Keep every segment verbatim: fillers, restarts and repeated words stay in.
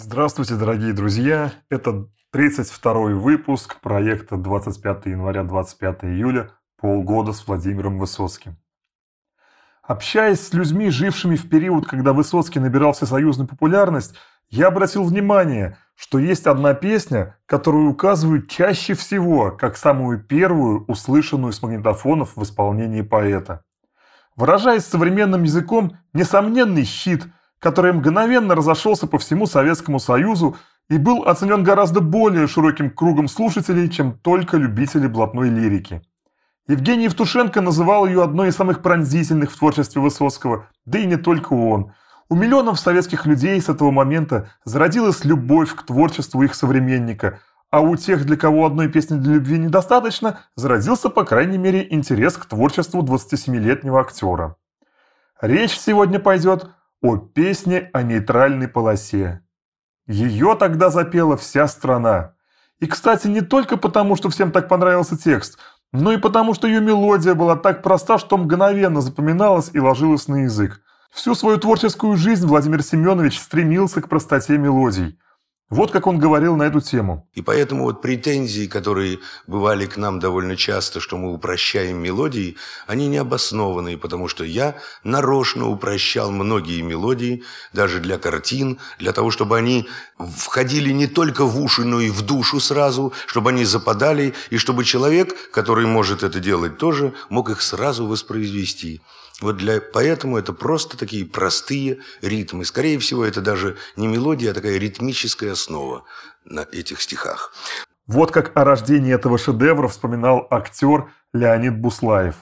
Здравствуйте, дорогие друзья! Это тридцать второй выпуск проекта двадцать пятое января - двадцать пятое июля «Полгода с Владимиром Высоцким». Общаясь с людьми, жившими в период, когда Высоцкий набирал всесоюзную популярность, я обратил внимание, что есть одна песня, которую указывают чаще всего как самую первую, услышанную с магнитофонов в исполнении поэта. Выражаясь современным языком, несомненный хит, который мгновенно разошелся по всему Советскому Союзу и был оценен гораздо более широким кругом слушателей, чем только любители блатной лирики. Евгений Евтушенко называл ее одной из самых пронзительных в творчестве Высоцкого, да и не только он. У миллионов советских людей с этого момента зародилась любовь к творчеству их современника, а у тех, для кого одной песни для любви недостаточно, зародился, по крайней мере, интерес к творчеству двадцатисемилетнего актера. Речь сегодня пойдет о песне о нейтральной полосе. Ее тогда запела вся страна. И, кстати, не только потому, что всем так понравился текст, но и потому, что ее мелодия была так проста, что мгновенно запоминалась и ложилась на язык. Всю свою творческую жизнь Владимир Семенович стремился к простоте мелодий. Вот как он говорил на эту тему. И поэтому вот претензии, которые бывали к нам довольно часто, что мы упрощаем мелодии, они необоснованные, потому что я нарочно упрощал многие мелодии, даже для картин, для того, чтобы они входили не только в уши, но и в душу сразу, чтобы они западали, и чтобы человек, который может это делать тоже, мог их сразу воспроизвести. Вот для, поэтому это просто такие простые ритмы. Скорее всего, это даже не мелодия, а такая ритмическая основа на этих стихах. Вот как о рождении этого шедевра вспоминал актер Леонид Буслаев.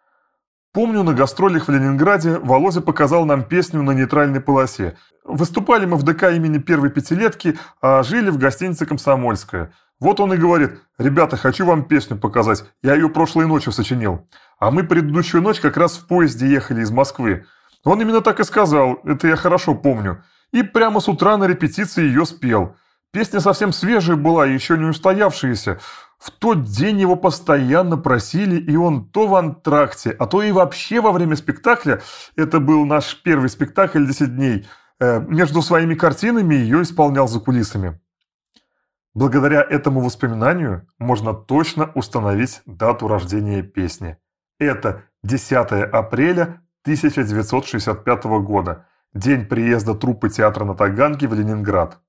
Помню, на гастролях в Ленинграде Володя показал нам песню на нейтральной полосе. Выступали мы в ДК имени первой пятилетки, а жили в гостинице «Комсомольская». Вот он и говорит: «Ребята, хочу вам песню показать, я ее прошлой ночью сочинил». А мы предыдущую ночь как раз в поезде ехали из Москвы. Он именно так и сказал, это я хорошо помню. И прямо с утра на репетиции ее спел. Песня совсем свежая была, еще не устоявшаяся. В тот день его постоянно просили, и он то в антракте, а то и вообще во время спектакля, это был наш первый спектакль «десять дней», между своими картинами ее исполнял за кулисами. Благодаря этому воспоминанию можно точно установить дату рождения песни. Это десятое апреля тысяча девятьсот шестьдесят пятого года, день приезда труппы театра на Таганке в Ленинград.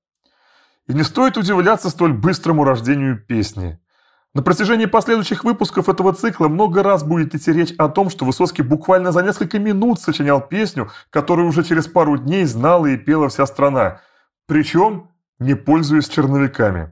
И не стоит удивляться столь быстрому рождению песни. На протяжении последующих выпусков этого цикла много раз будет идти речь о том, что Высоцкий буквально за несколько минут сочинял песню, которую уже через пару дней знала и пела вся страна, причем не пользуясь черновиками.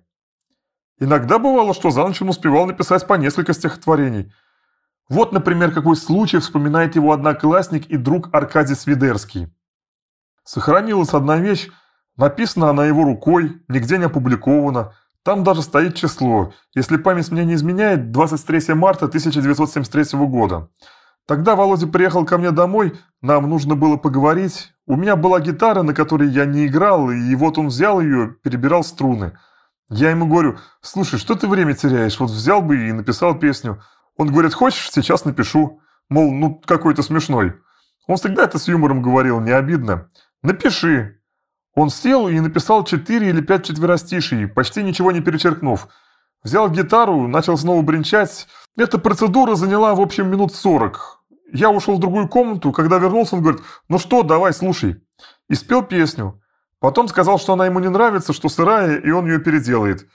Иногда бывало, что за ночь он успевал написать по несколько стихотворений. Вот, например, какой случай вспоминает его одноклассник и друг Аркадий Свидерский. Сохранилась одна вещь, написана она его рукой, нигде не опубликована. Там даже стоит число, если память мне не изменяет, двадцать третьего марта тысяча девятьсот семьдесят третьего года. Тогда Володя приехал ко мне домой, нам нужно было поговорить. У меня была гитара, на которой я не играл, и вот он взял ее, перебирал струны. Я ему говорю: слушай, что ты время теряешь, вот взял бы и написал песню. Он говорит: хочешь, сейчас напишу. Мол, ну какой ты смешной. Он всегда это с юмором говорил, не обидно. Напиши. Он сел и написал четыре или пять четверостиший, почти ничего не перечеркнув. Взял гитару, начал снова бренчать. Эта процедура заняла в общем минут сорок. Я ушел в другую комнату, когда вернулся, он говорит: ну что, давай, слушай. И спел песню. Потом сказал, что она ему не нравится, что сырая, и он ее переделает.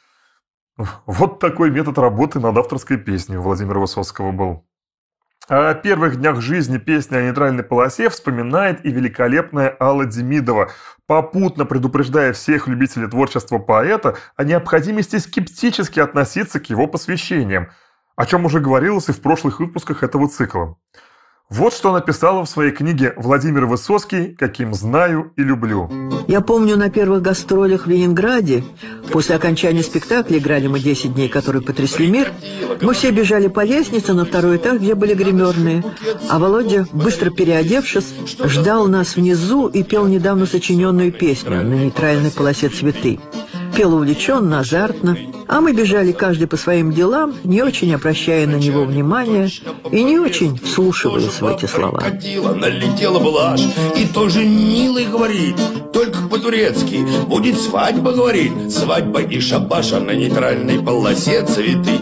Вот такой метод работы над авторской песней у Владимира Высоцкого был. А о первых днях жизни песни о нейтральной полосе вспоминает и великолепная Алла Демидова, попутно предупреждая всех любителей творчества поэта о необходимости скептически относиться к его посвящениям, о чем уже говорилось и в прошлых выпусках этого цикла. Вот что написала в своей книге Владимир Высоцкий «Каким знаю и люблю». Я помню, на первых гастролях в Ленинграде, после окончания спектакля играли мы десять дней, которые потрясли мир, мы все бежали по лестнице на второй этаж, где были гримерные, а Володя, быстро переодевшись, ждал нас внизу и пел недавно сочиненную песню на нейтральной полосе «Цветы». Пел увлеченно, азартно, а мы бежали каждый по своим делам, не очень обращая на него внимания и не очень вслушиваясь в эти слова. Налетела блажь, и тоже милый говорит, то только по-турецки. Будет свадьба, говорит, свадьба и шабаша на нейтральной полосе цветы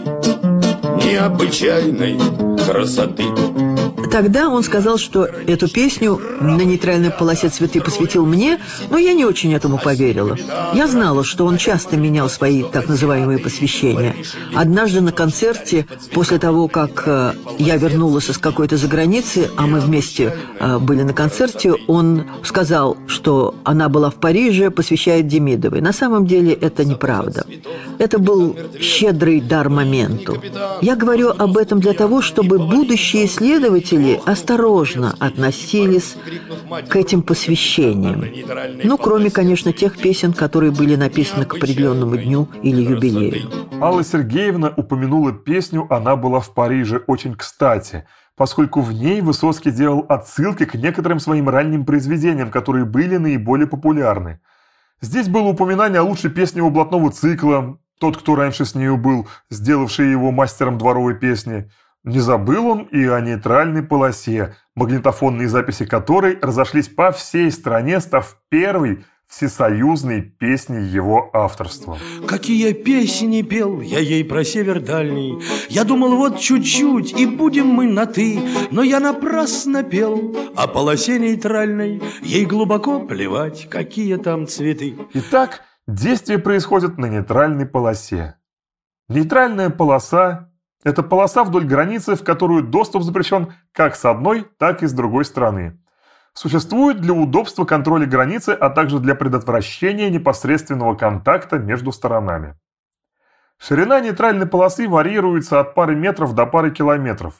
необычайной красоты. Тогда он сказал, что эту песню на нейтральной полосе цветы посвятил мне, но я не очень этому поверила. Я знала, что он часто менял свои так называемые посвящения. Однажды на концерте, после того, как э, я вернулась из какой-то заграницы, а мы вместе э, были на концерте, он сказал, что она была в Париже, посвящает Демидовой. На самом деле это неправда. Это был щедрый дар моменту. Я говорю об этом для того, чтобы будущие исследователи осторожно относились к этим посвящениям. Ну, кроме, конечно, тех песен, которые были написаны к определенному дню или юбилею. Алла Сергеевна упомянула песню «Она была в Париже» очень кстати, поскольку в ней Высоцкий делал отсылки к некоторым своим ранним произведениям, которые были наиболее популярны. Здесь было упоминание о лучшей песне его блатного цикла «Тот, кто раньше с нею был», сделавший его мастером дворовой песни. Не забыл он и о нейтральной полосе, магнитофонные записи которой разошлись по всей стране, став первой всесоюзной песней его авторства. Какие песни пел я ей про север дальний. Я думал, вот чуть-чуть, и будем мы на «ты». Но я напрасно пел о полосе нейтральной. Ей глубоко плевать, какие там цветы. Итак, действие происходит на нейтральной полосе. Нейтральная полоса – это полоса вдоль границы, в которую доступ запрещен как с одной, так и с другой стороны. Существует для удобства контроля границы, а также для предотвращения непосредственного контакта между сторонами. Ширина нейтральной полосы варьируется от пары метров до пары километров.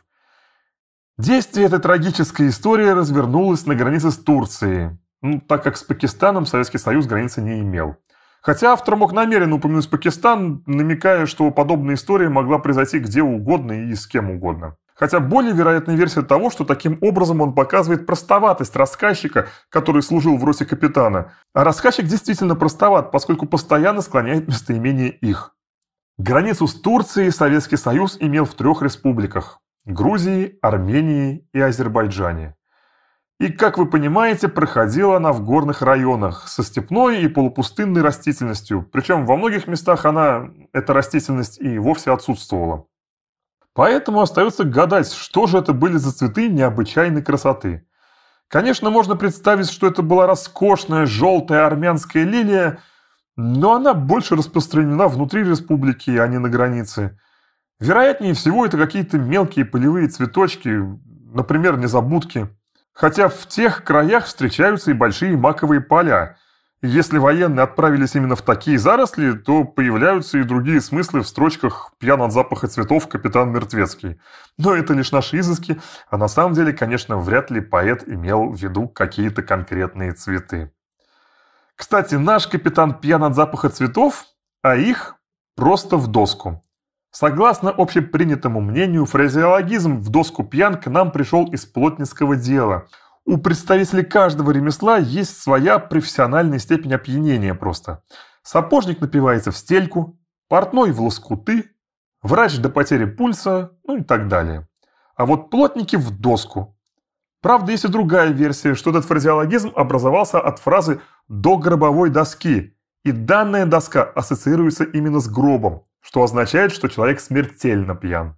Действие этой трагической истории развернулось на границе с Турцией, ну, так как с Пакистаном Советский Союз границы не имел. Хотя автор мог намеренно упомянуть Пакистан, намекая, что подобная история могла произойти где угодно и с кем угодно. Хотя более вероятная версия того, что таким образом он показывает простоватость рассказчика, который служил в роте капитана. А рассказчик действительно простоват, поскольку постоянно склоняет местоимение «их». Границу с Турцией Советский Союз имел в трех республиках – Грузии, Армении и Азербайджане. И, как вы понимаете, проходила она в горных районах со степной и полупустынной растительностью, причем во многих местах она, эта растительность, и вовсе отсутствовала. Поэтому остается гадать, что же это были за цветы необычайной красоты. Конечно, можно представить, что это была роскошная желтая армянская лилия, но она больше распространена внутри республики, а не на границе. Вероятнее всего, это какие-то мелкие полевые цветочки, например, незабудки. Хотя в тех краях встречаются и большие маковые поля. И если военные отправились именно в такие заросли, то появляются и другие смыслы в строчках «Пьян от запаха цветов, капитан Мертвецкий». Но это лишь наши изыски, а на самом деле, конечно, вряд ли поэт имел в виду какие-то конкретные цветы. Кстати, наш капитан пьян от запаха цветов, а их просто в доску. Согласно общепринятому мнению, фразеологизм «в доску пьян» к нам пришел из плотницкого дела. У представителей каждого ремесла есть своя профессиональная степень опьянения просто. Сапожник напивается в стельку, портной в лоскуты, врач до потери пульса, ну и так далее. А вот плотники в доску. Правда, есть и другая версия, что этот фразеологизм образовался от фразы «до гробовой доски», и данная доска ассоциируется именно с гробом, что означает, что человек смертельно пьян.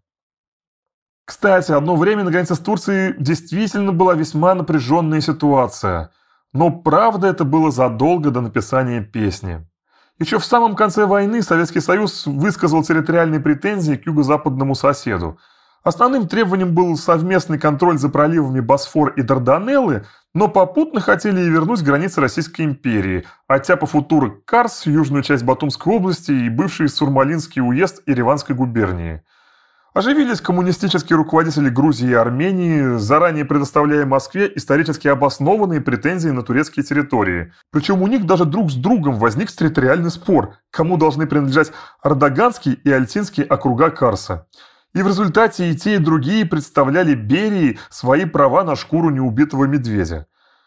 Кстати, одно время на границе с Турцией действительно была весьма напряженная ситуация, но правда это было задолго до написания песни. Еще в самом конце войны Советский Союз высказал территориальные претензии к юго-западному соседу. Основным требованием был совместный контроль за проливами Босфор и Дарданеллы, но попутно хотели и вернуть границы Российской империи, оттяпав у турок Карс, южную часть Батумской области и бывший Сурмалинский уезд Ереванской губернии. Оживились коммунистические руководители Грузии и Армении, заранее предоставляя Москве исторически обоснованные претензии на турецкие территории. Причем у них даже друг с другом возник территориальный спор, кому должны принадлежать Ардаганский и Альтинский округа Карса. И в результате и те, и другие представляли Берии свои права на шкуру неубитого медведя.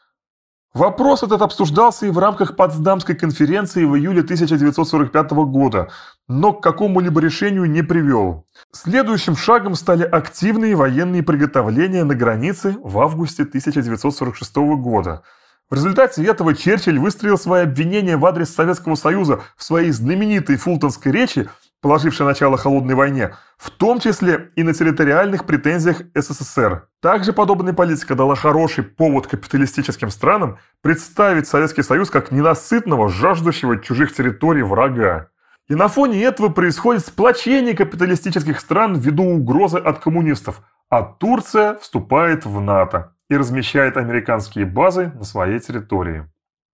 Вопрос этот обсуждался и в рамках Потсдамской конференции в июле тысяча девятьсот сорок пятого года, но к какому-либо решению не привел. Следующим шагом стали активные военные приготовления на границе в августе тысяча девятьсот сорок шестого года. В результате этого Черчилль выстроил свои обвинения в адрес Советского Союза в своей знаменитой фултонской речи, положившей начало холодной войне, в том числе и на территориальных претензиях СССР. Также подобная политика дала хороший повод капиталистическим странам представить Советский Союз как ненасытного, жаждущего чужих территорий врага. И на фоне этого происходит сплочение капиталистических стран ввиду угрозы от коммунистов, а Турция вступает в НАТО и размещает американские базы на своей территории.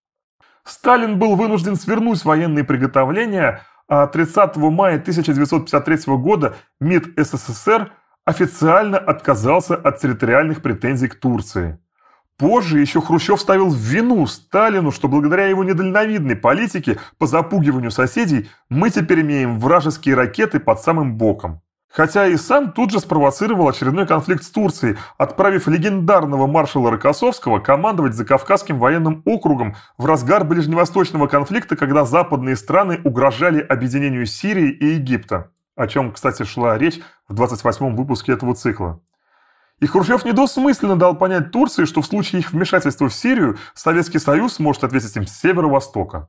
Сталин был вынужден свернуть военные приготовления, а тридцатого мая тысяча девятьсот пятьдесят третьего года МИД СССР официально отказался от территориальных претензий к Турции. Позже еще Хрущев ставил в вину Сталину, что благодаря его недальновидной политике по запугиванию соседей мы теперь имеем вражеские ракеты под самым боком. Хотя и сам тут же спровоцировал очередной конфликт с Турцией, отправив легендарного маршала Рокоссовского командовать Закавказским военным округом в разгар ближневосточного конфликта, когда западные страны угрожали объединению Сирии и Египта, о чем, кстати, шла речь в двадцать восьмом выпуске этого цикла. И Хрущев недвусмысленно дал понять Турции, что в случае их вмешательства в Сирию Советский Союз может ответить им с северо-востока.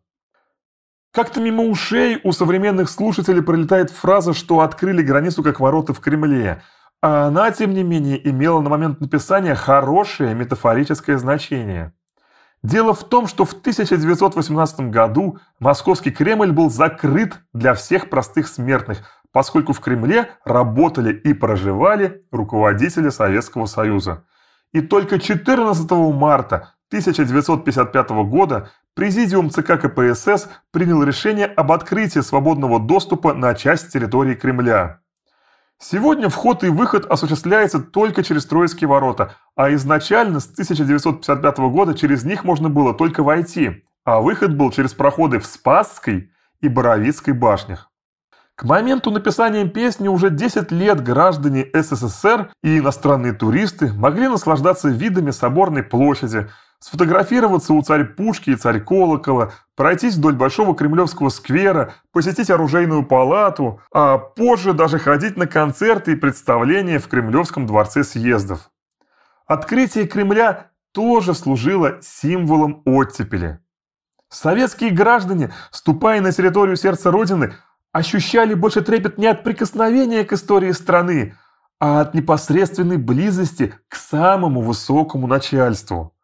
Как-то мимо ушей у современных слушателей пролетает фраза, что открыли границу как ворота в Кремле, а она, тем не менее, имела на момент написания хорошее метафорическое значение. Дело в том, что в тысяча девятьсот восемнадцатом году Московский Кремль был закрыт для всех простых смертных, поскольку в Кремле работали и проживали руководители Советского Союза. И только четырнадцатого марта тысяча девятьсот пятьдесят пятого года Президиум ЦК КПСС принял решение об открытии свободного доступа на часть территории Кремля. Сегодня вход и выход осуществляется только через Троицкие ворота, а изначально с тысяча девятьсот пятьдесят пятого года через них можно было только войти, а выход был через проходы в Спасской и Боровицкой башнях. К моменту написания песни уже десять лет граждане СССР и иностранные туристы могли наслаждаться видами Соборной площади, сфотографироваться у Царь-Пушки и Царь-Колокола, пройтись вдоль Большого Кремлевского сквера, посетить оружейную палату, а позже даже ходить на концерты и представления в Кремлевском дворце съездов. Открытие Кремля тоже служило символом оттепели. Советские граждане, ступая на территорию сердца Родины, ощущали больше трепет не от прикосновения к истории страны, а от непосредственной близости к самому высокому начальству.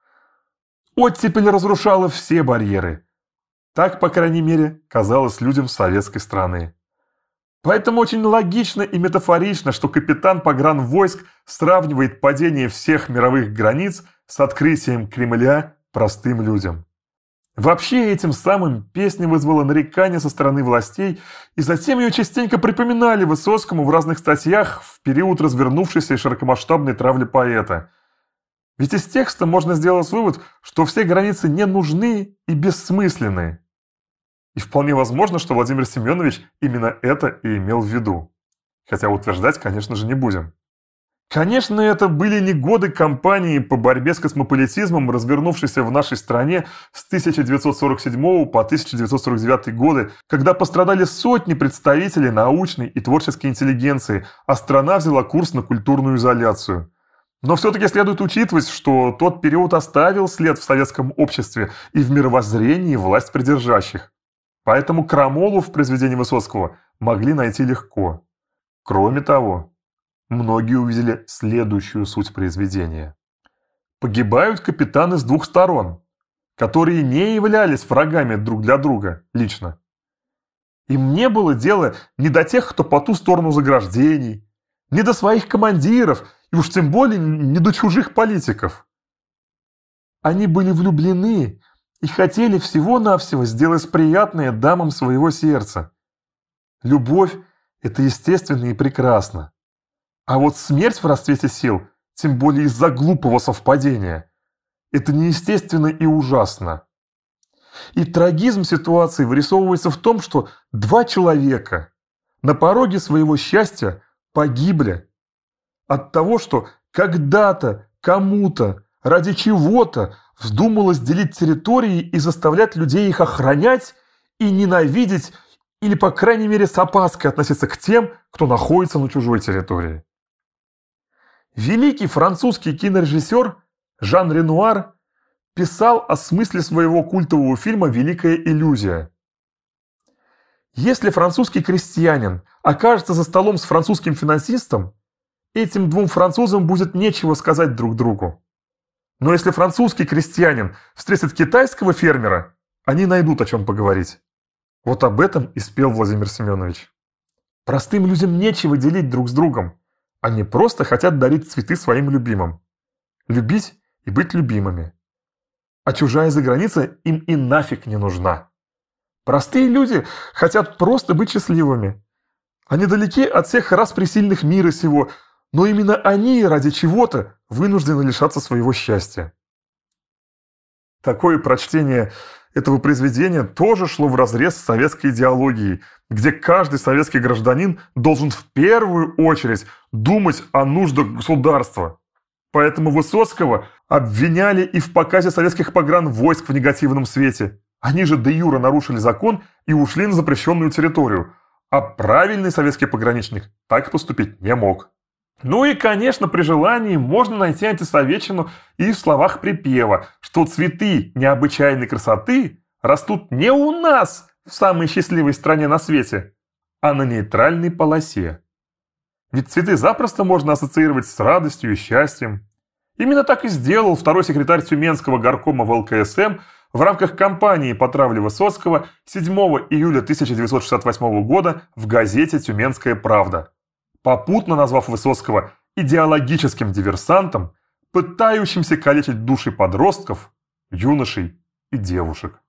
Оттепель разрушала все барьеры. Так, по крайней мере, казалось людям советской страны. Поэтому очень логично и метафорично, что капитан погранвойск сравнивает падение всех мировых границ с открытием Кремля простым людям. Вообще, этим самым песня вызвала нарекания со стороны властей, и затем ее частенько припоминали Высоцкому в разных статьях в период развернувшейся и широкомасштабной травли поэта. Ведь из текста можно сделать вывод, что все границы не нужны и бессмысленны. И вполне возможно, что Владимир Семенович именно это и имел в виду. Хотя утверждать, конечно же, не будем. Конечно, это были не годы кампании по борьбе с космополитизмом, развернувшейся в нашей стране с тысяча девятьсот сорок седьмого по тысяча девятьсот сорок девятый годы, когда пострадали сотни представителей научной и творческой интеллигенции, а страна взяла курс на культурную изоляцию. Но все-таки следует учитывать, что тот период оставил след в советском обществе и в мировоззрении власть придержащих. Поэтому крамолу в произведении Высоцкого могли найти легко. Кроме того, многие увидели следующую суть произведения. Погибают капитаны с двух сторон, которые не являлись врагами друг для друга лично. Им не было дела ни до тех, кто по ту сторону заграждений, ни до своих командиров, и уж тем более не до чужих политиков. Они были влюблены и хотели всего-навсего сделать приятное дамам своего сердца. Любовь – это естественно и прекрасно. А вот смерть в расцвете сил, тем более из-за глупого совпадения, это неестественно и ужасно. И трагизм ситуации вырисовывается в том, что два человека на пороге своего счастья погибли от того, что когда-то, кому-то, ради чего-то вздумалось делить территории и заставлять людей их охранять и ненавидеть, или, по крайней мере, с опаской относиться к тем, кто находится на чужой территории. Великий французский кинорежиссер Жан Ренуар писал о смысле своего культового фильма «Великая иллюзия». Если французский крестьянин окажется за столом с французским финансистом, этим двум французам будет нечего сказать друг другу. Но если французский крестьянин встретит китайского фермера, они найдут о чем поговорить. Вот об этом и спел Владимир Семенович. Простым людям нечего делить друг с другом. Они просто хотят дарить цветы своим любимым. Любить и быть любимыми. А чужая заграница им и нафиг не нужна. Простые люди хотят просто быть счастливыми. Они далеки от всех распри сильных мира сего, но именно они ради чего-то вынуждены лишаться своего счастья. Такое прочтение этого произведения тоже шло вразрез с советской идеологией, где каждый советский гражданин должен в первую очередь думать о нуждах государства. Поэтому Высоцкого обвиняли и в показе советских погранвойск в негативном свете. Они же де юре нарушили закон и ушли на запрещенную территорию. А правильный советский пограничник так поступить не мог. Ну и, конечно, при желании можно найти антисоветчину и в словах припева, что цветы необычайной красоты растут не у нас в самой счастливой стране на свете, а на нейтральной полосе. Ведь цветы запросто можно ассоциировать с радостью и счастьем. Именно так и сделал второй секретарь Тюменского горкома вэ эл ка эс эм в рамках кампании по травле Высоцкого седьмого июля тысяча девятьсот шестьдесят восьмого года в газете «Тюменская правда», попутно назвав Высоцкого идеологическим диверсантом, пытающимся калечить души подростков, юношей и девушек.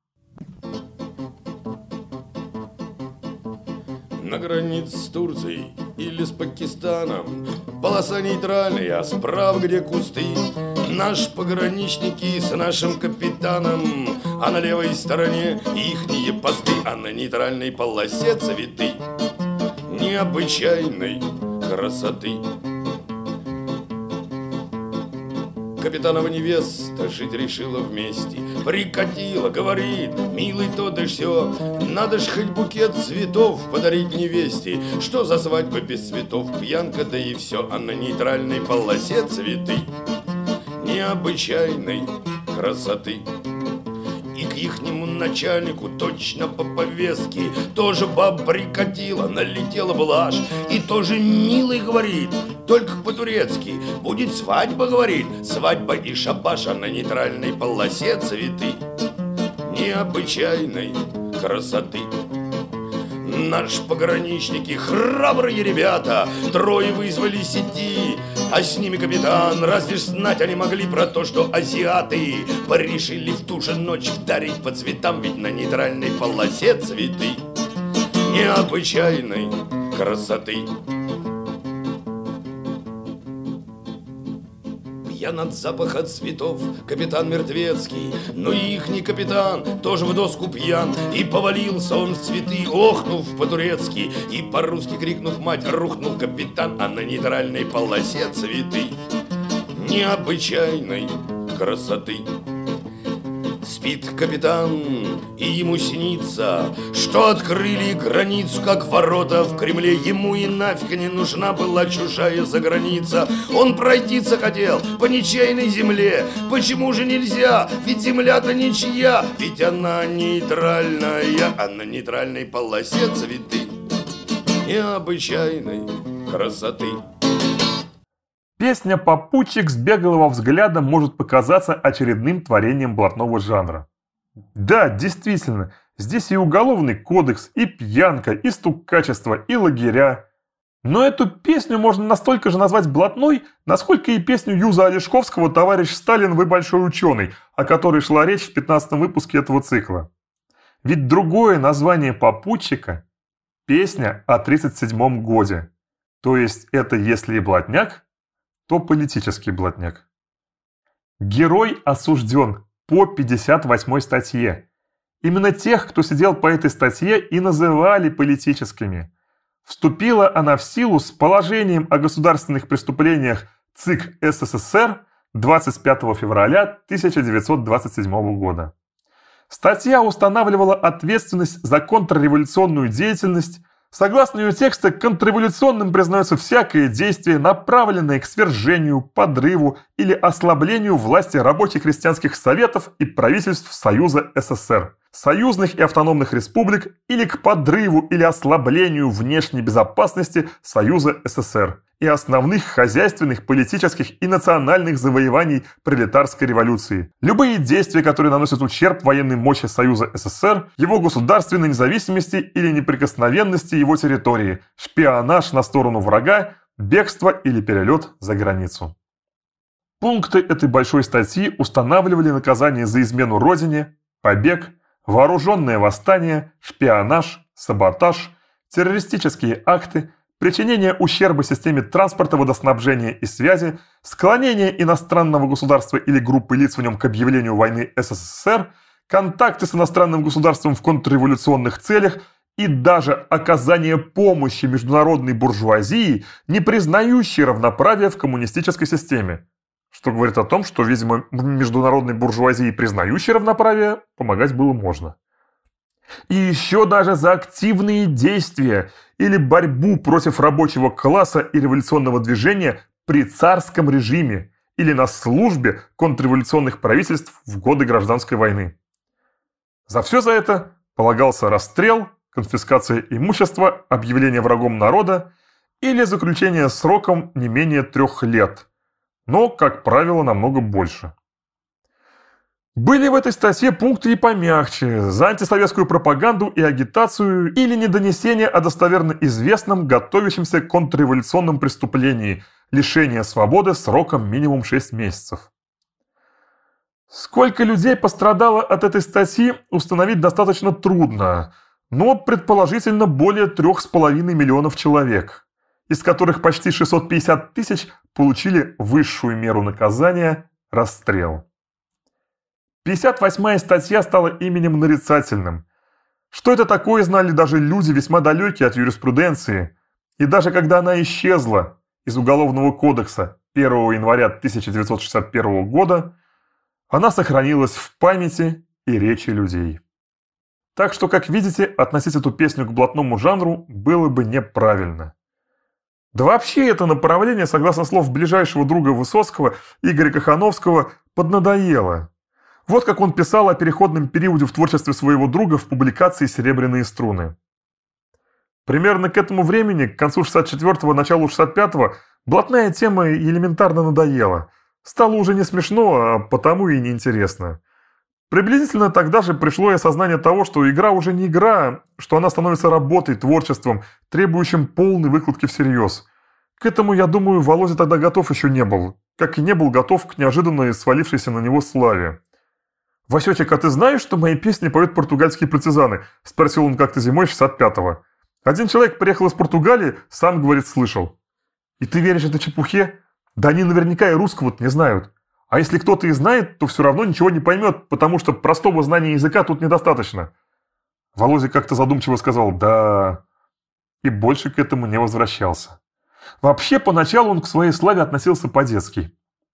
На границе с Турцией или с Пакистаном полоса нейтральная, а справа где кусты. Наши пограничники с нашим капитаном, а на левой стороне ихние посты, а на нейтральной полосе цветы необычайной красоты. Капитанова невеста жить решила вместе. Прикатила, говорит, милый, то да сё, надо ж хоть букет цветов подарить невесте. Что за свадьба без цветов, пьянка, да и все. А на нейтральной полосе цветы необычайной красоты. И к ихнему начальнику точно по повестке тоже баба прикатила, налетела блажь. И тоже милый, говорит, только по-турецки. Будет свадьба, говорит, свадьба и шабаш, а на нейтральной полосе цветы необычайной красоты. Наши пограничники, храбрые ребята, трое вызвались идти, а с ними капитан. Разве ж знать они могли про то, что азиаты порешили в ту же ночь вдарить по цветам, ведь на нейтральной полосе цветы необычайной красоты. Пьян от запаха цветов капитан Мертвецкий, но ихний капитан тоже в доску пьян. И повалился он в цветы, охнув по-турецки, и по-русски крикнув мать, рухнул капитан. А на нейтральной полосе цветы необычайной красоты. Спит капитан, и ему снится, что открыли границу, как ворота в Кремле. Ему и нафиг не нужна была чужая заграница. Он пройтиться хотел по ничейной земле. Почему же нельзя? Ведь земля-то ничья, ведь она нейтральная, а на нейтральной полосе цветы необычайной красоты. Песня «Попутчик» с беглого взгляда может показаться очередным творением блатного жанра. Да, действительно, здесь и уголовный кодекс, и пьянка, и стукачество, и лагеря. Но эту песню можно настолько же назвать блатной, насколько и песню Юза Олешковского «Товарищ Сталин, вы большой ученый», о которой шла речь в пятнадцатом выпуске этого цикла. Ведь другое название «Попутчика» – песня о тридцать седьмом годе. То есть это если и блатняк, то политический блатняк. Герой осужден по пятьдесят восьмой статье. Именно тех, кто сидел по этой статье, и называли политическими. Вступила она в силу с положением о государственных преступлениях ЦИК СССР двадцать пятого февраля тысяча девятьсот двадцать седьмого года. Статья устанавливала ответственность за контрреволюционную деятельность, Согласно ее текста, контрреволюционным признается всякое действие, направленное к свержению, подрыву или ослаблению власти рабочих крестьянских советов и правительств Союза СССР, союзных и автономных республик или к подрыву или ослаблению внешней безопасности Союза СССР и основных хозяйственных, политических и национальных завоеваний пролетарской революции. Любые действия, которые наносят ущерб военной мощи Союза СССР, его государственной независимости или неприкосновенности его территории, шпионаж на сторону врага, бегство или перелет за границу. Пункты этой большой статьи устанавливали наказание за измену родине, побег, вооруженное восстание, шпионаж, саботаж, террористические акты, причинение ущерба системе транспорта, водоснабжения и связи, склонение иностранного государства или группы лиц в нем к объявлению войны СССР, контакты с иностранным государством в контрреволюционных целях и даже оказание помощи международной буржуазии, не признающей равноправия в коммунистической системе. Что говорит о том, что, видимо, международной буржуазии, признающей равноправие, помогать было можно. И еще даже за активные действия или борьбу против рабочего класса и революционного движения при царском режиме или на службе контрреволюционных правительств в годы гражданской войны. За все за это полагался расстрел, конфискация имущества, объявление врагом народа или заключение сроком не менее трех лет, но, как правило, намного больше. Были в этой статье пункты и помягче, за антисоветскую пропаганду и агитацию или недонесение о достоверно известном, готовящемся к контрреволюционном преступлении, лишение свободы сроком минимум шесть месяцев. Сколько людей пострадало от этой статьи, установить достаточно трудно, но предположительно более трех с половиной миллионов человек, из которых почти шестьсот пятьдесят тысяч получили высшую меру наказания – расстрел. пятьдесят восьмая статья стала именем нарицательным. Что это такое, знали даже люди, весьма далекие от юриспруденции. И даже когда она исчезла из Уголовного кодекса первого января тысяча девятьсот шестьдесят первого года, она сохранилась в памяти и речи людей. Так что, как видите, относить эту песню к блатному жанру было бы неправильно. Да вообще это направление, согласно слов ближайшего друга Высоцкого, Игоря Кохановского, поднадоело. Вот как он писал о переходном периоде в творчестве своего друга в публикации «Серебряные струны». Примерно к этому времени, к концу шестьдесят четвёртого, началу шестьдесят пятого, блатная тема элементарно надоела. Стало уже не смешно, а потому и неинтересно. Приблизительно тогда же пришло и осознание того, что игра уже не игра, что она становится работой, творчеством, требующим полной выкладки всерьез. К этому, я думаю, Володя тогда готов еще не был, как и не был готов к неожиданно свалившейся на него славе. «Васечек, а ты знаешь, что мои песни поют португальские партизаны?» – спросил он как-то зимой шестьдесят пятого. Один человек приехал из Португалии, сам, говорит, слышал. «И ты веришь этой чепухе? Да они наверняка и русского-то не знают. А если кто-то и знает, то все равно ничего не поймет, потому что простого знания языка тут недостаточно». Володя как-то задумчиво сказал «да», и больше к этому не возвращался. Вообще, поначалу он к своей славе относился по-детски.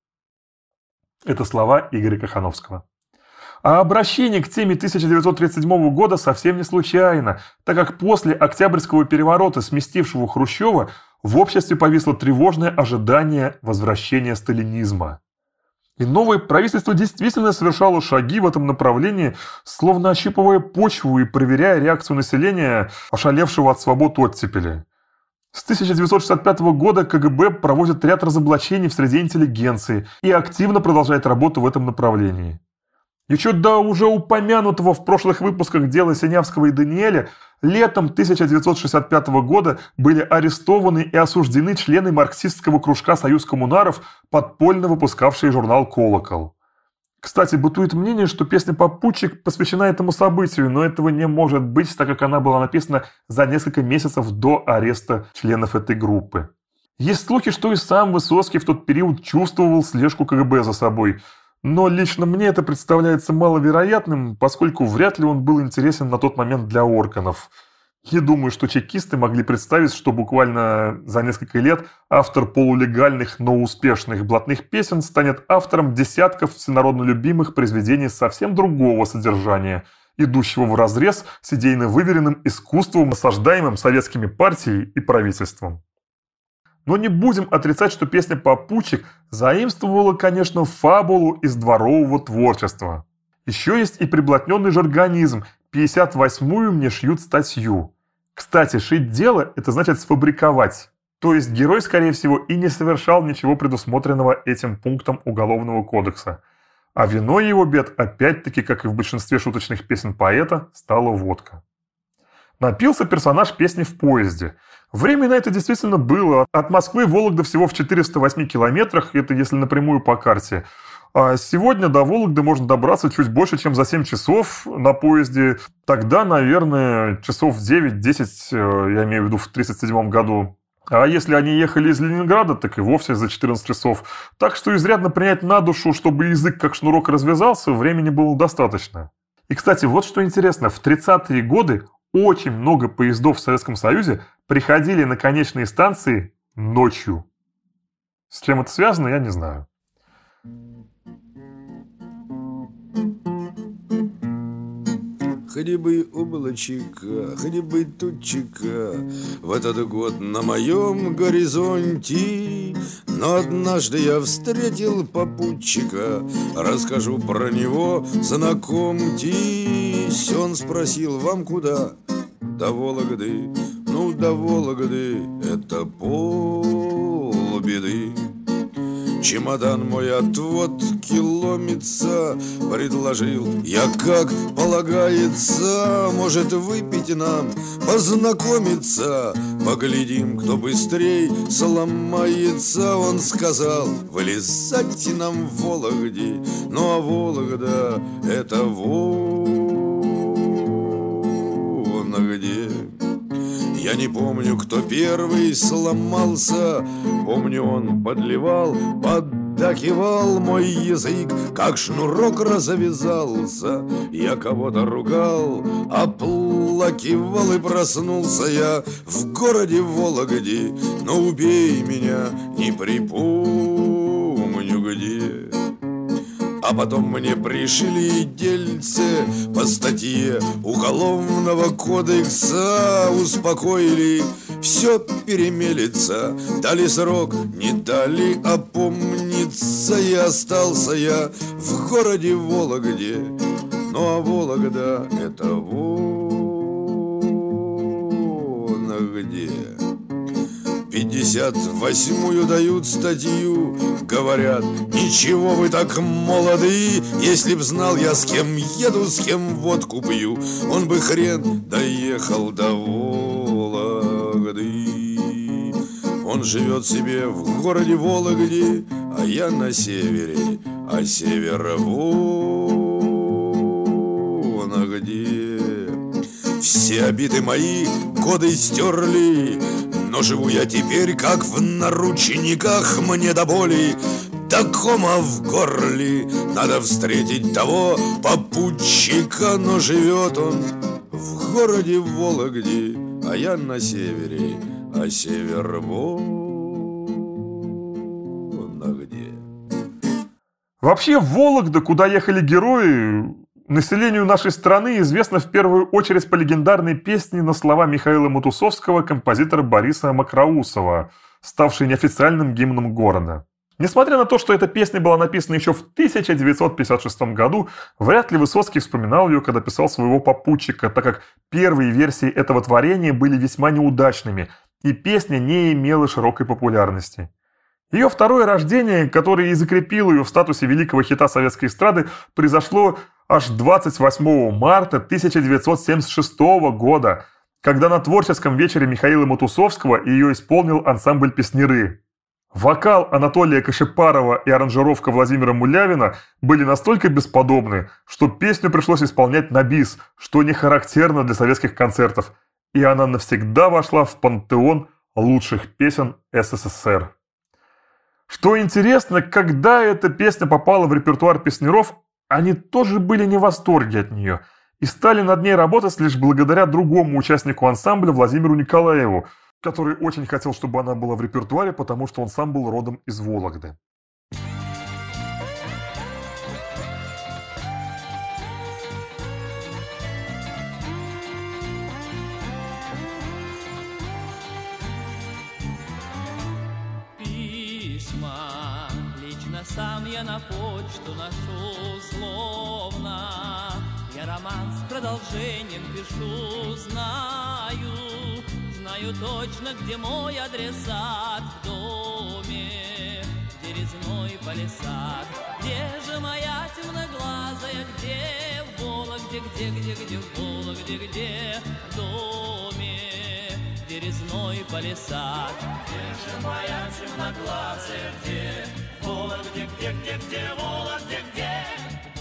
Это слова Игоря Кохановского. А обращение к теме тысяча девятьсот тридцать седьмого года совсем не случайно, так как после Октябрьского переворота, сместившего Хрущева, в обществе повисло тревожное ожидание возвращения сталинизма. И новое правительство действительно совершало шаги в этом направлении, словно ощупывая почву и проверяя реакцию населения, ошалевшего от свобод оттепели. С тысяча девятьсот шестьдесят пятого года КГБ проводит ряд разоблачений в среде интеллигенции и активно продолжает работу в этом направлении. Еще до уже упомянутого в прошлых выпусках дела Синявского и Даниэля летом тысяча девятьсот шестьдесят пятого года были арестованы и осуждены члены марксистского кружка «Союз коммунаров», подпольно выпускавшие журнал «Колокол». Кстати, бытует мнение, что песня «Попутчик» посвящена этому событию, но этого не может быть, так как она была написана за несколько месяцев до ареста членов этой группы. Есть слухи, что и сам Высоцкий в тот период чувствовал слежку КГБ за собой. Но лично мне это представляется маловероятным, поскольку вряд ли он был интересен на тот момент для органов. Не думаю, что чекисты могли представить, что буквально за несколько лет автор полулегальных, но успешных блатных песен станет автором десятков всенародно любимых произведений совсем другого содержания идущего вразрез с идейно выверенным искусством, насаждаемым советскими партией и правительством. Но не будем отрицать, что песня «Попутчик» заимствовала, конечно, фабулу из дворового творчества. Еще есть и приблотненный жаргонизм «пятьдесят восьмую мне шьют статью». Кстати, шить дело – это значит сфабриковать. То есть герой, скорее всего, и не совершал ничего предусмотренного этим пунктом Уголовного кодекса. А виной его бед, опять-таки, как и в большинстве шуточных песен поэта, стала водка. Напился персонаж песни в поезде. Время на это действительно было. От Москвы Вологда всего в четырёхстах восьми километрах, это если напрямую по карте. А сегодня до Вологды можно добраться чуть больше, чем за семь часов на поезде. Тогда, наверное, часов девять-десять, я имею в виду в тридцать седьмом году. А если они ехали из Ленинграда, так и вовсе за четырнадцать часов. Так что изрядно принять на душу, чтобы язык как шнурок развязался, времени было достаточно. И, кстати, вот что интересно. В тридцатые годы очень много поездов в Советском Союзе приходили на конечные станции ночью. С чем это связано, я не знаю. Хоть бы облачка, хоть бы тучика в этот год на моем горизонте. Но однажды я встретил попутчика, расскажу про него, знакомьтесь. Он спросил: вам куда? До Вологды. Ну, до Вологды это полбеды. Чемодан мой отвод киломится, предложил я, как полагается. Может, выпить нам, познакомиться, поглядим, кто быстрей сломается. Он сказал: вылезайте нам в Вологде. Ну а Вологда это вон где. Я не помню, кто первый сломался. Помню, он подливал, поддакивал мой язык, как шнурок развязался. Я кого-то ругал, оплакивал, и проснулся я в городе Вологде. Но убей меня, не припомню где. А потом мне пришли дельце по статье Уголовного кодекса. Успокоили, все перемелется. Дали срок, не дали опомниться. И остался я в городе Вологде. Ну а Вологда это вон где. Пятьдесят восьмую дают статью, говорят: ничего вы так молоды. Если б знал я, с кем еду, с кем водку пью, он бы хрен доехал до Вологды. Он живет себе в городе Вологде, а я на севере, а север вон где. Все обиды мои годы стерли, но живу я теперь, как в наручниках. Мне до боли, до кома в горле. Надо встретить того попутчика, но живет он в городе Вологде, а я на севере, а север вон где. Вообще, Вологда, куда ехали герои, населению нашей страны известно в первую очередь по легендарной песне на слова Михаила Матусовского, композитора Бориса Макроусова, ставшей неофициальным гимном города. Несмотря на то, что эта песня была написана еще в тысяча девятьсот пятьдесят шестом году, вряд ли Высоцкий вспоминал ее, когда писал своего попутчика, так как первые версии этого творения были весьма неудачными, и песня не имела широкой популярности. Ее второе рождение, которое и закрепило ее в статусе великого хита советской эстрады, произошло аж двадцать восьмого марта тысяча девятьсот семьдесят шестого года, когда на творческом вечере Михаила Матусовского ее исполнил ансамбль «Песняры». Вокал Анатолия Кашипарова и аранжировка Владимира Мулявина были настолько бесподобны, что песню пришлось исполнять на бис, что не характерно для советских концертов, и она навсегда вошла в пантеон лучших песен СССР. Что интересно, когда эта песня попала в репертуар песняров, они тоже были не в восторге от нее и стали над ней работать лишь благодаря другому участнику ансамбля Владимиру Николаеву, который очень хотел, чтобы она была в репертуаре, потому что он сам был родом из Вологды. сам я на почту ношу словно. Я роман с продолжением пишу, знаю, знаю точно, где мой адресат. В доме, где резной палисад. Где же моя темноглазая, где в Вологде, где, где, где в Вологде, где в доме, где резной палисад. Где же моя темноглазая, где в Вологде, где, где, где в Вологде, где в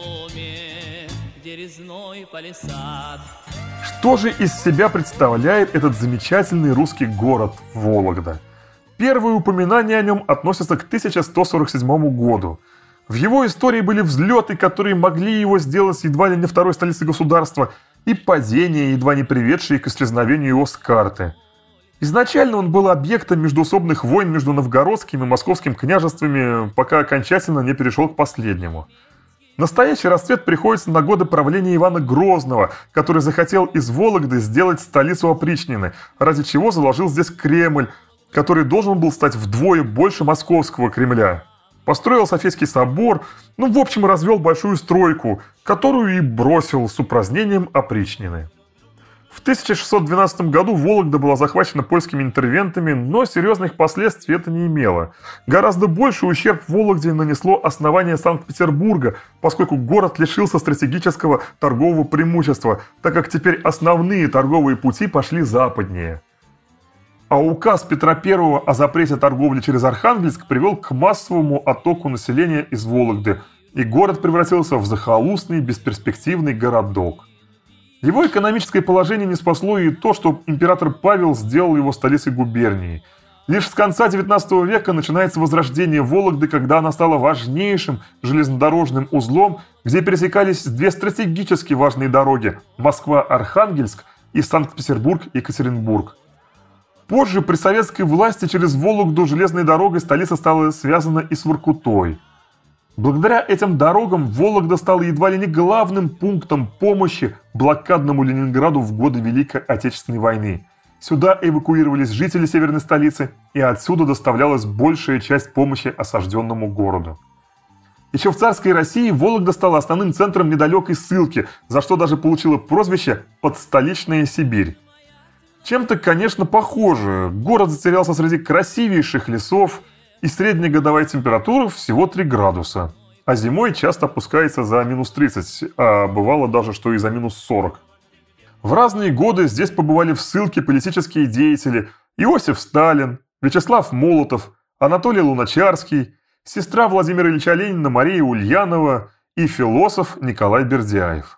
доме, где резной палисад. Что же из себя представляет этот замечательный русский город Вологда? Первые упоминания о нем относятся к тысяча сто сорок седьмому году. В его истории были взлеты, которые могли его сделать едва ли не второй столицей государства, и падения, едва не приведшие к исчезновению его с карты. Изначально он был объектом междоусобных войн между новгородским и московским княжествами, пока окончательно не перешел к последнему. Настоящий расцвет приходится на годы правления Ивана Грозного, который захотел из Вологды сделать столицу опричнины, ради чего заложил здесь Кремль, который должен был стать вдвое больше московского Кремля. Построил Софийский собор, ну, в общем, развел большую стройку, которую и бросил с упразднением опричнины. В тысяча шестьсот двенадцатом году Вологда была захвачена польскими интервентами, но серьезных последствий это не имело. Гораздо больший ущерб Вологде нанесло основание Санкт-Петербурга, поскольку город лишился стратегического торгового преимущества, так как теперь основные торговые пути пошли западнее. А указ Петра Первого о запрете торговли через Архангельск привел к массовому оттоку населения из Вологды, и город превратился в захолустный, бесперспективный городок. Его экономическое положение не спасло и то, что император Павел сделал его столицей губернии. Лишь с конца девятнадцатого века начинается возрождение Вологды, когда она стала важнейшим железнодорожным узлом, где пересекались две стратегически важные дороги – Москва-Архангельск и Санкт-Петербург-Екатеринбург. Позже при советской власти через Вологду железной дорогой столица стала связана и с Воркутой. Благодаря этим дорогам Вологда стала едва ли не главным пунктом помощи блокадному Ленинграду в годы Великой Отечественной войны. Сюда эвакуировались жители северной столицы, и отсюда доставлялась большая часть помощи осажденному городу. Еще в царской России Вологда стала основным центром недалекой ссылки, за что даже получила прозвище «Подстоличная Сибирь». Чем-то, конечно, похоже. Город затерялся среди красивейших лесов, и средняя годовая температура всего три градуса. А зимой часто опускается за минус тридцать, а бывало даже, что и за минус сорок. В разные годы здесь побывали в ссылке политические деятели Иосиф Сталин, Вячеслав Молотов, Анатолий Луначарский, сестра Владимира Ильича Ленина Мария Ульянова и философ Николай Бердяев.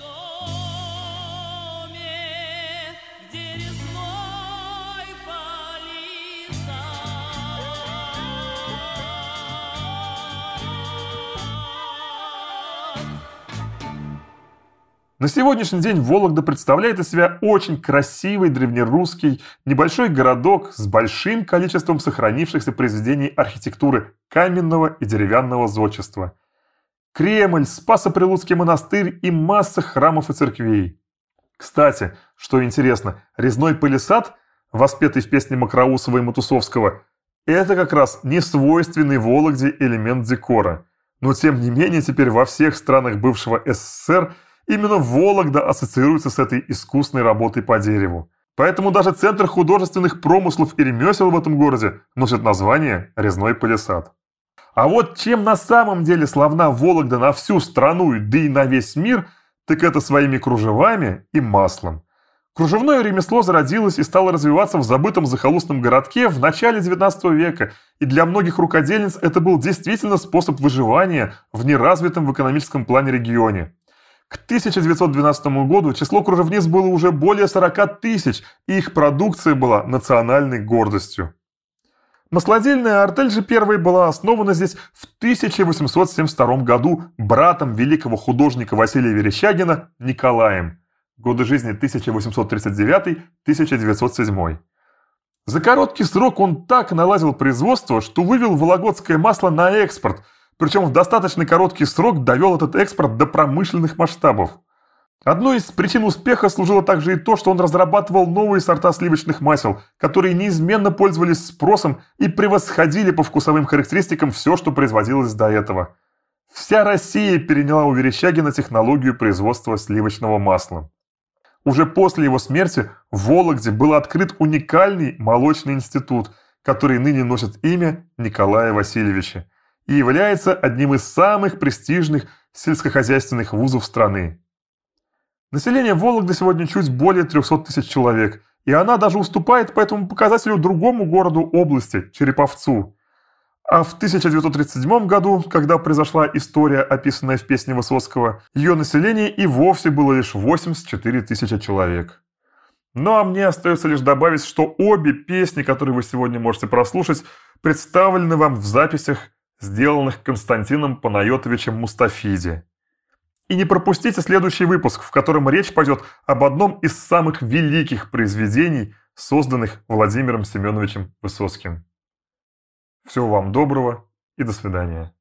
На сегодняшний день Вологда представляет из себя очень красивый древнерусский небольшой городок с большим количеством сохранившихся произведений архитектуры каменного и деревянного зодчества. Кремль, Спасо-Прилуцкий монастырь и масса храмов и церквей. Кстати, что интересно, резной палисад, воспетый в песне Мокроусова и Матусовского, это как раз не свойственный Вологде элемент декора. Но тем не менее теперь во всех странах бывшего СССР именно Вологда ассоциируется с этой искусной работой по дереву. Поэтому даже центр художественных промыслов и ремесел в этом городе носит название «Резной палисад». А вот чем на самом деле славна Вологда на всю страну, да и на весь мир, так это своими кружевами и маслом. Кружевное ремесло зародилось и стало развиваться в забытом захолустном городке в начале девятнадцатого века, и для многих рукодельниц это был действительно способ выживания в неразвитом в экономическом плане регионе. К тысяча девятьсот двенадцатому году число кружевниц было уже более сорока тысяч, и их продукция была национальной гордостью. Маслодельная артель же первой была основана здесь в тысяча восемьсот семьдесят втором году братом великого художника Василия Верещагина Николаем. Годы жизни тысяча восемьсот тридцать девятый — тысяча девятьсот седьмой. За короткий срок он так наладил производство, что вывел вологодское масло на экспорт, причем в достаточно короткий срок довел этот экспорт до промышленных масштабов. Одной из причин успеха служило также и то, что он разрабатывал новые сорта сливочных масел, которые неизменно пользовались спросом и превосходили по вкусовым характеристикам все, что производилось до этого. Вся Россия переняла у Верещагина технологию производства сливочного масла. Уже после его смерти в Вологде был открыт уникальный молочный институт, который ныне носит имя Николая Васильевича и является одним из самых престижных сельскохозяйственных вузов страны. Население Вологды сегодня чуть более трехсот тысяч человек, и она даже уступает по этому показателю другому городу области – Череповцу. А в тысяча девятьсот тридцать седьмом году, когда произошла история, описанная в песне Высоцкого, ее население и вовсе было лишь восемьдесят четыре тысячи человек. Ну а мне остается лишь добавить, что обе песни, которые вы сегодня можете прослушать, представлены вам в записях, сделанных Константином Панайотовичем Мустафиди. И не пропустите следующий выпуск, в котором речь пойдет об одном из самых великих произведений, созданных Владимиром Семеновичем Высоцким. Всего вам доброго и до свидания.